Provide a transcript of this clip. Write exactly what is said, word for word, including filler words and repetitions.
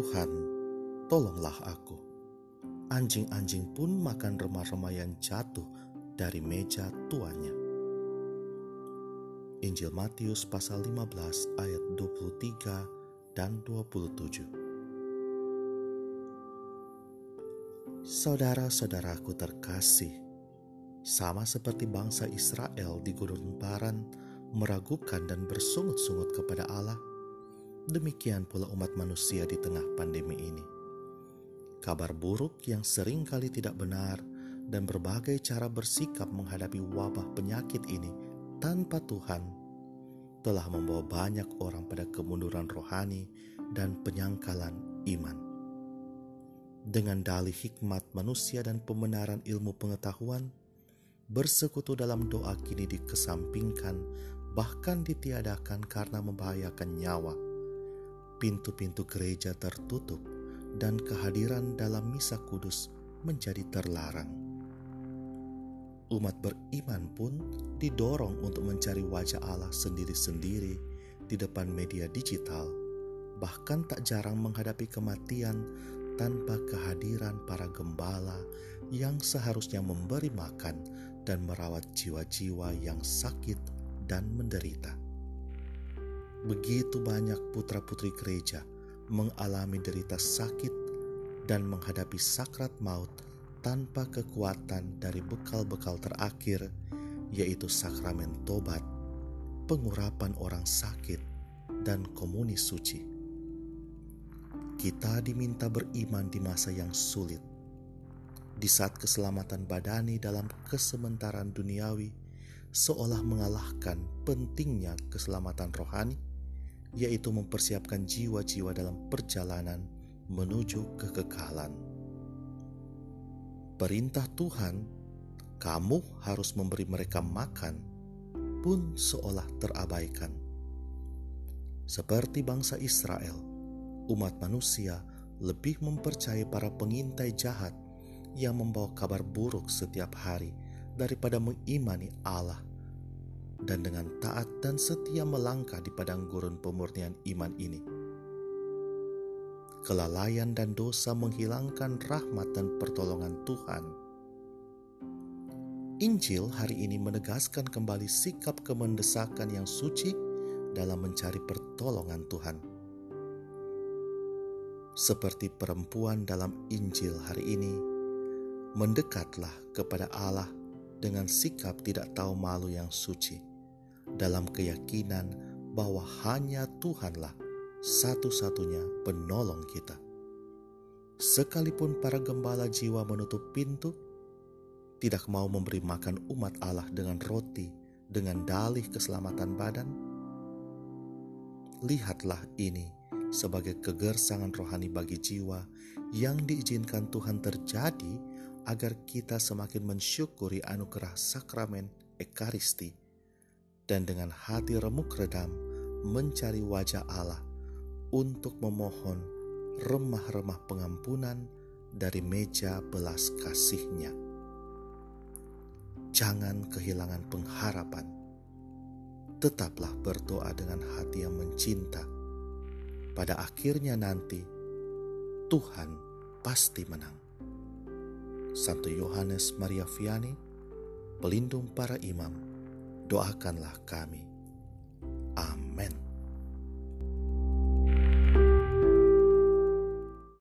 Tuhan, tolonglah aku. Anjing-anjing pun makan remah-remah yang jatuh dari meja tuannya. Injil Matius pasal lima belas ayat dua puluh tiga dan dua puluh tujuh. Saudara-saudaraku terkasih, sama seperti bangsa Israel di Gurun Paran meragukan dan bersungut-sungut kepada Allah, demikian pula umat manusia di tengah pandemi ini. Kabar buruk yang sering kali tidak benar dan berbagai cara bersikap menghadapi wabah penyakit ini tanpa Tuhan telah membawa banyak orang pada kemunduran rohani dan penyangkalan iman. Dengan dalih hikmat manusia dan pembenaran ilmu pengetahuan, bersekutu dalam doa kini dikesampingkan, bahkan ditiadakan karena membahayakan nyawa. Pintu-pintu gereja tertutup dan kehadiran dalam misa kudus menjadi terlarang. Umat beriman pun didorong untuk mencari wajah Allah sendiri-sendiri di depan media digital, bahkan tak jarang menghadapi kematian tanpa kehadiran para gembala yang seharusnya memberi makan dan merawat jiwa-jiwa yang sakit dan menderita. Begitu banyak putra-putri gereja mengalami derita sakit dan menghadapi sakrat maut tanpa kekuatan dari bekal-bekal terakhir, yaitu sakramen tobat, pengurapan orang sakit, dan komuni suci. Kita diminta beriman di masa yang sulit. Di saat keselamatan badani dalam kesementaraan duniawi seolah mengalahkan pentingnya keselamatan rohani, yaitu mempersiapkan jiwa-jiwa dalam perjalanan menuju kekekalan. Perintah Tuhan, kamu harus memberi mereka makan, pun seolah terabaikan. Seperti bangsa Israel, umat manusia lebih mempercayai para pengintai jahat yang membawa kabar buruk setiap hari daripada mengimani Allah dan dengan taat dan setia melangkah di padang gurun pemurnian iman ini. Kelalaian dan dosa menghilangkan rahmat dan pertolongan Tuhan. Injil hari ini menegaskan kembali sikap kemendesakan yang suci dalam mencari pertolongan Tuhan. Seperti perempuan dalam Injil hari ini, mendekatlah kepada Allah dengan sikap tidak tahu malu yang suci, dalam keyakinan bahwa hanya Tuhanlah satu-satunya penolong kita. Sekalipun para gembala jiwa menutup pintu, tidak mau memberi makan umat Allah dengan roti dengan dalih keselamatan badan, lihatlah ini sebagai kegersangan rohani bagi jiwa yang diizinkan Tuhan terjadi agar kita semakin mensyukuri anugerah sakramen Ekaristi dan dengan hati remuk redam mencari wajah Allah untuk memohon remah-remah pengampunan dari meja belas kasih-Nya. Jangan kehilangan pengharapan. Tetaplah berdoa dengan hati yang mencinta. Pada akhirnya nanti, Tuhan pasti menang. Santo Yohanes Maria Vianney, pelindung para imam, doakanlah kami.